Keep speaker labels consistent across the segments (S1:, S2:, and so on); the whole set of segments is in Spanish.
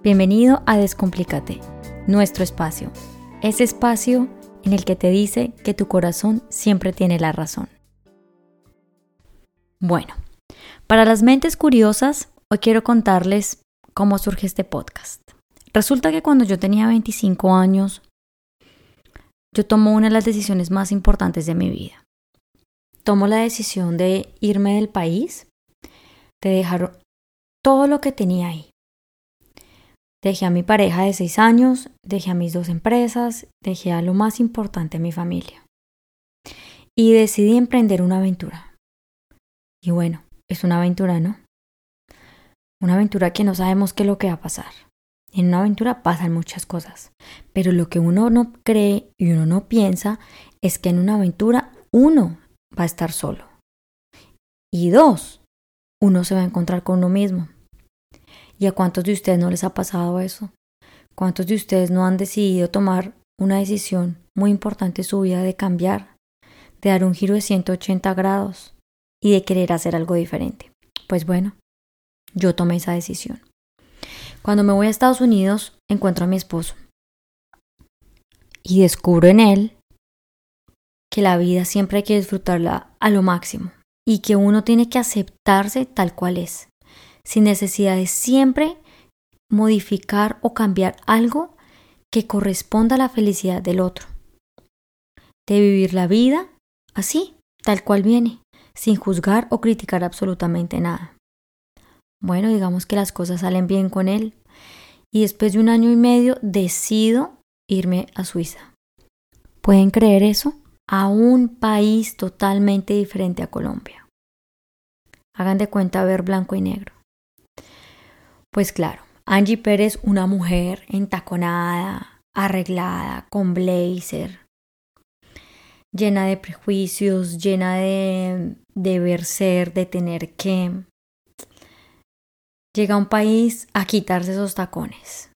S1: Bienvenido a Descomplícate, nuestro espacio. Ese espacio en el que te dice que tu corazón siempre tiene la razón. Bueno, para las mentes curiosas, hoy quiero contarles cómo surge este podcast. Resulta que cuando yo tenía 25 años, yo tomo una de las decisiones más importantes de mi vida. Tomo la decisión de irme del país, de dejar todo lo que tenía ahí. Dejé a mi pareja de 6 años, dejé a mis 2 empresas, dejé a lo más importante, mi familia. Y decidí emprender una aventura. Y bueno, es una aventura, ¿no? Una aventura que no sabemos qué es lo que va a pasar. En una aventura pasan muchas cosas, pero lo que uno no cree y uno no piensa es que en una aventura uno va a estar solo. Y 2, uno se va a encontrar con uno mismo. ¿Y a cuántos de ustedes no les ha pasado eso? ¿Cuántos de ustedes no han decidido tomar una decisión muy importante en su vida de cambiar, de dar un giro de 180 grados y de querer hacer algo diferente? Pues bueno, yo tomé esa decisión. Cuando me voy a Estados Unidos, encuentro a mi esposo y descubro en él que la vida siempre hay que disfrutarla a lo máximo y que uno tiene que aceptarse tal cual es, sin necesidad de siempre modificar o cambiar algo que corresponda a la felicidad del otro. De vivir la vida así, tal cual viene, sin juzgar o criticar absolutamente nada. Bueno, digamos que las cosas salen bien con él y después de 1 año y medio decido irme a Suiza. ¿Pueden creer eso? A un país totalmente diferente a Colombia. Hagan de cuenta ver blanco y negro. Pues claro, Angie Pérez, una mujer entaconada, arreglada, con blazer, llena de prejuicios, llena de deber ser, de tener que, llega a un país a quitarse esos tacones,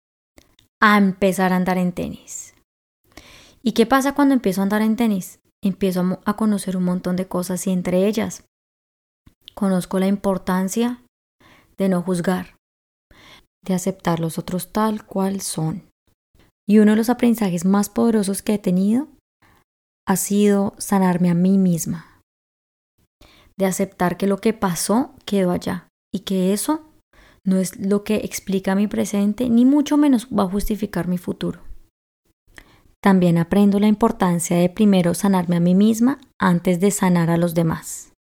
S1: a empezar a andar en tenis. ¿Y qué pasa cuando empiezo a andar en tenis? Empiezo a conocer un montón de cosas y entre ellas conozco la importancia de no juzgar, de aceptar los otros tal cual son. Y uno de los aprendizajes más poderosos que he tenido ha sido sanarme a mí misma, de aceptar que lo que pasó quedó allá y que eso no es lo que explica mi presente ni mucho menos va a justificar mi futuro. También aprendo la importancia de primero sanarme a mí misma antes de sanar a los demás.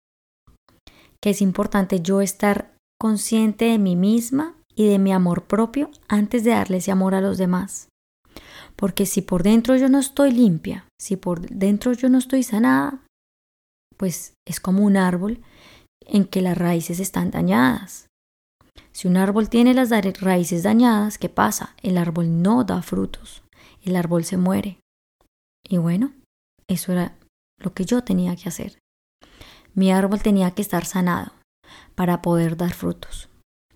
S1: Que es importante yo estar consciente de mí misma y de mi amor propio antes de darle ese amor a los demás. Porque si por dentro yo no estoy limpia, si por dentro yo no estoy sanada, pues es como un árbol en que las raíces están dañadas. Si un árbol tiene las raíces dañadas, ¿qué pasa? El árbol no da frutos, el árbol se muere. Y bueno, eso era lo que yo tenía que hacer. Mi árbol tenía que estar sanado para poder dar frutos.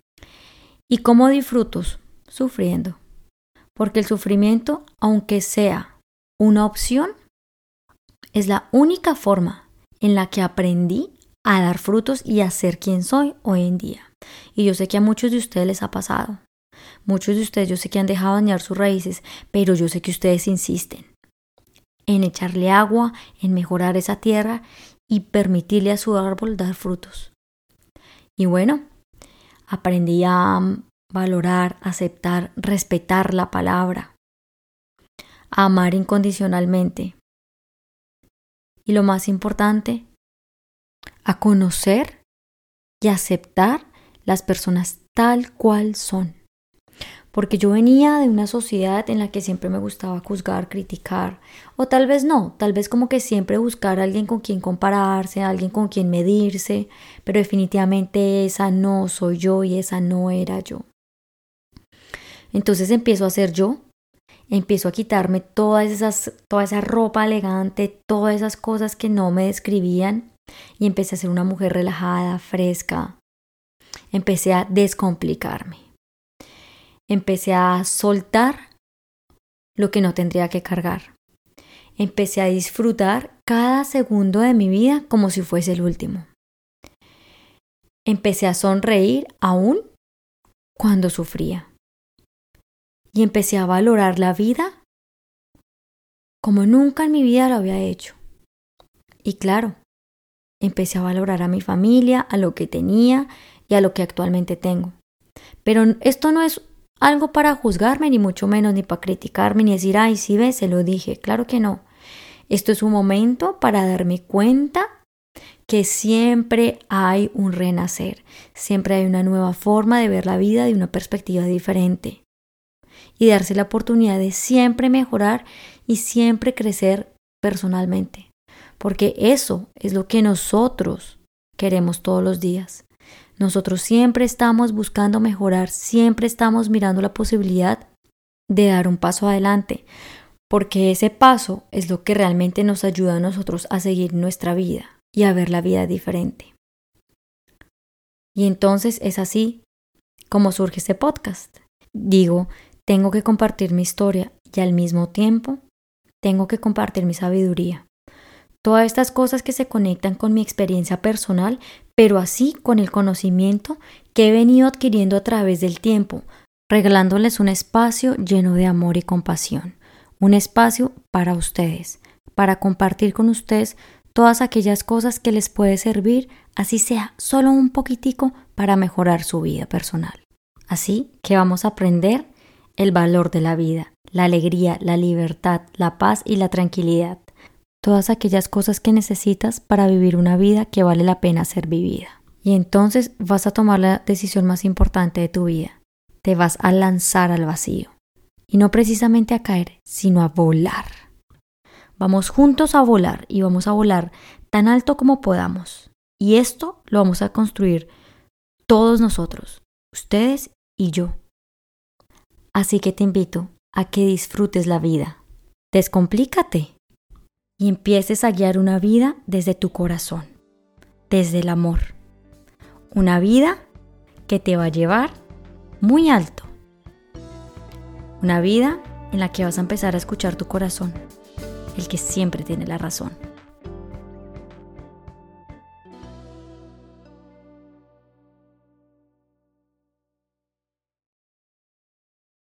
S1: ¿Y cómo di frutos? Sufriendo. Porque el sufrimiento, aunque sea una opción, es la única forma en la que aprendí a dar frutos y a ser quien soy hoy en día. Y yo sé que a muchos de ustedes les ha pasado. Muchos de ustedes yo sé que han dejado dañar sus raíces, pero yo sé que ustedes insisten en echarle agua, en mejorar esa tierra y permitirle a su árbol dar frutos. Y bueno, aprendí a valorar, aceptar, respetar la palabra, a amar incondicionalmente. Y lo más importante, a conocer y aceptar las personas tal cual son. Porque yo venía de una sociedad en la que siempre me gustaba juzgar, criticar, o tal vez no, tal vez como que siempre buscar a alguien con quien compararse, a alguien con quien medirse, pero definitivamente esa no soy yo y esa no era yo. Entonces empiezo a ser yo, empiezo a quitarme toda esa ropa elegante, todas esas cosas que no me describían y empecé a ser una mujer relajada, fresca. Empecé a descomplicarme. Empecé a soltar lo que no tendría que cargar. Empecé a disfrutar cada segundo de mi vida como si fuese el último. Empecé a sonreír aún cuando sufría. y empecé a valorar la vida como nunca en mi vida lo había hecho. Y claro, empecé a valorar a mi familia, a lo que tenía y a lo que actualmente tengo. Pero esto no es algo para juzgarme, ni mucho menos, ni para criticarme, ni decir, ay, sí ves, se lo dije. Claro que no. Esto es un momento para darme cuenta que siempre hay un renacer, siempre hay una nueva forma de ver la vida de una perspectiva diferente. Y darse la oportunidad de siempre mejorar y siempre crecer personalmente. Porque eso es lo que nosotros queremos todos los días. Nosotros siempre estamos buscando mejorar, siempre estamos mirando la posibilidad de dar un paso adelante, porque ese paso es lo que realmente nos ayuda a nosotros a seguir nuestra vida y a ver la vida diferente. Y entonces es así como surge este podcast. Digo, tengo que compartir mi historia y al mismo tiempo tengo que compartir mi sabiduría. Todas estas cosas que se conectan con mi experiencia personal, pero así con el conocimiento que he venido adquiriendo a través del tiempo, regalándoles un espacio lleno de amor y compasión. Un espacio para ustedes, para compartir con ustedes todas aquellas cosas que les puede servir, así sea solo un poquitico para mejorar su vida personal. Así que vamos a aprender el valor de la vida, la alegría, la libertad, la paz y la tranquilidad. Todas aquellas cosas que necesitas para vivir una vida que vale la pena ser vivida. Y entonces vas a tomar la decisión más importante de tu vida. Te vas a lanzar al vacío. Y no precisamente a caer, sino a volar. Vamos juntos a volar y vamos a volar tan alto como podamos. Y esto lo vamos a construir todos nosotros, ustedes y yo. Así que te invito a que disfrutes la vida. Descomplícate. Y empieces a guiar una vida desde tu corazón, desde el amor. Una vida que te va a llevar muy alto. Una vida en la que vas a empezar a escuchar tu corazón, el que siempre tiene la razón.